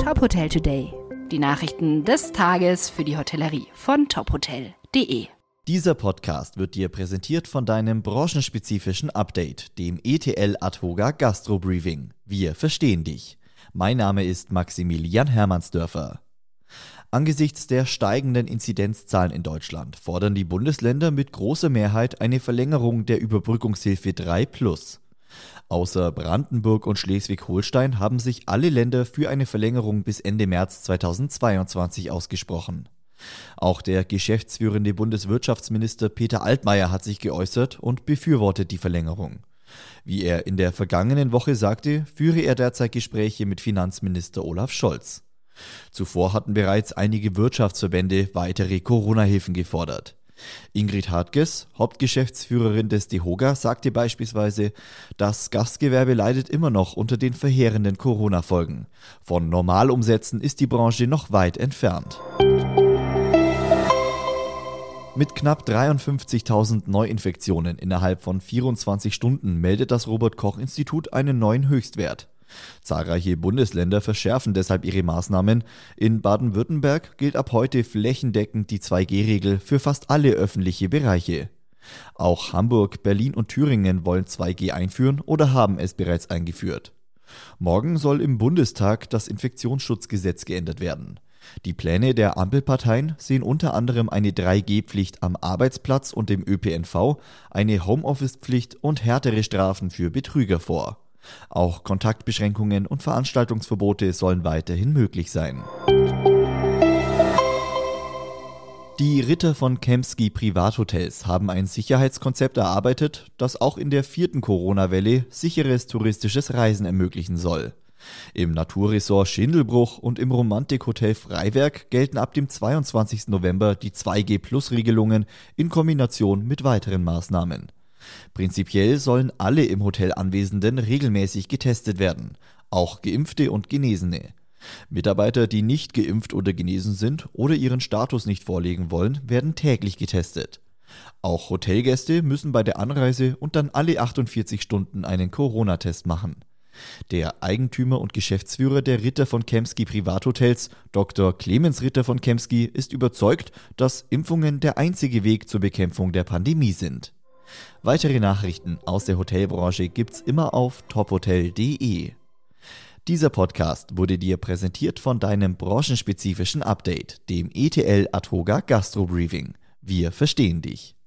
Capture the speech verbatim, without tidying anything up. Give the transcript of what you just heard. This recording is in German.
Top Hotel Today. Die Nachrichten des Tages für die Hotellerie von top hotel punkt de. Dieser Podcast wird dir präsentiert von deinem branchenspezifischen Update, dem E T L Adhoga Gastro Briefing. Wir verstehen dich. Mein Name ist Maximilian Hermannsdörfer. Angesichts der steigenden Inzidenzzahlen in Deutschland fordern die Bundesländer mit großer Mehrheit eine Verlängerung der Überbrückungshilfe drei plus. Außer Brandenburg und Schleswig-Holstein haben sich alle Länder für eine Verlängerung bis Ende März zweitausendzweiundzwanzig ausgesprochen. Auch der geschäftsführende Bundeswirtschaftsminister Peter Altmaier hat sich geäußert und befürwortet die Verlängerung. Wie er in der vergangenen Woche sagte, führe er derzeit Gespräche mit Finanzminister Olaf Scholz. Zuvor hatten bereits einige Wirtschaftsverbände weitere Corona-Hilfen gefordert. Ingrid Hartges, Hauptgeschäftsführerin des DEHOGA, sagte beispielsweise, das Gastgewerbe leidet immer noch unter den verheerenden Corona-Folgen. Von Normalumsätzen ist die Branche noch weit entfernt. Mit knapp dreiundfünfzigtausend Neuinfektionen innerhalb von vierundzwanzig Stunden meldet das Robert-Koch-Institut einen neuen Höchstwert. Zahlreiche Bundesländer verschärfen deshalb ihre Maßnahmen. In Baden-Württemberg gilt ab heute flächendeckend die zwei G Regel für fast alle öffentliche Bereiche. Auch Hamburg, Berlin und Thüringen wollen zwei G einführen oder haben es bereits eingeführt. Morgen soll im Bundestag das Infektionsschutzgesetz geändert werden. Die Pläne der Ampelparteien sehen unter anderem eine drei G Pflicht am Arbeitsplatz und im Ö P N V, eine Homeoffice-Pflicht und härtere Strafen für Betrüger vor. Auch Kontaktbeschränkungen und Veranstaltungsverbote sollen weiterhin möglich sein. Die Ritter von Kempsky Privathotels haben ein Sicherheitskonzept erarbeitet, das auch in der vierten Corona-Welle sicheres touristisches Reisen ermöglichen soll. Im Naturresort Schindelbruch und im Romantikhotel Freiwerk gelten ab dem zweiundzwanzigsten November die zwei G Plus Regelungen in Kombination mit weiteren Maßnahmen. Prinzipiell sollen alle im Hotel Anwesenden regelmäßig getestet werden, auch Geimpfte und Genesene. Mitarbeiter, die nicht geimpft oder genesen sind oder ihren Status nicht vorlegen wollen, werden täglich getestet. Auch Hotelgäste müssen bei der Anreise und dann alle achtundvierzig Stunden einen Corona-Test machen. Der Eigentümer und Geschäftsführer der Ritter von Kempsky Privathotels, Doktor Clemens Ritter von Kempsky, ist überzeugt, dass Impfungen der einzige Weg zur Bekämpfung der Pandemie sind. Weitere Nachrichten aus der Hotelbranche gibt's immer auf top hotel punkt de. Dieser Podcast wurde dir präsentiert von deinem branchenspezifischen Update, dem E T L Adhoga Gastro Briefing. Wir verstehen dich.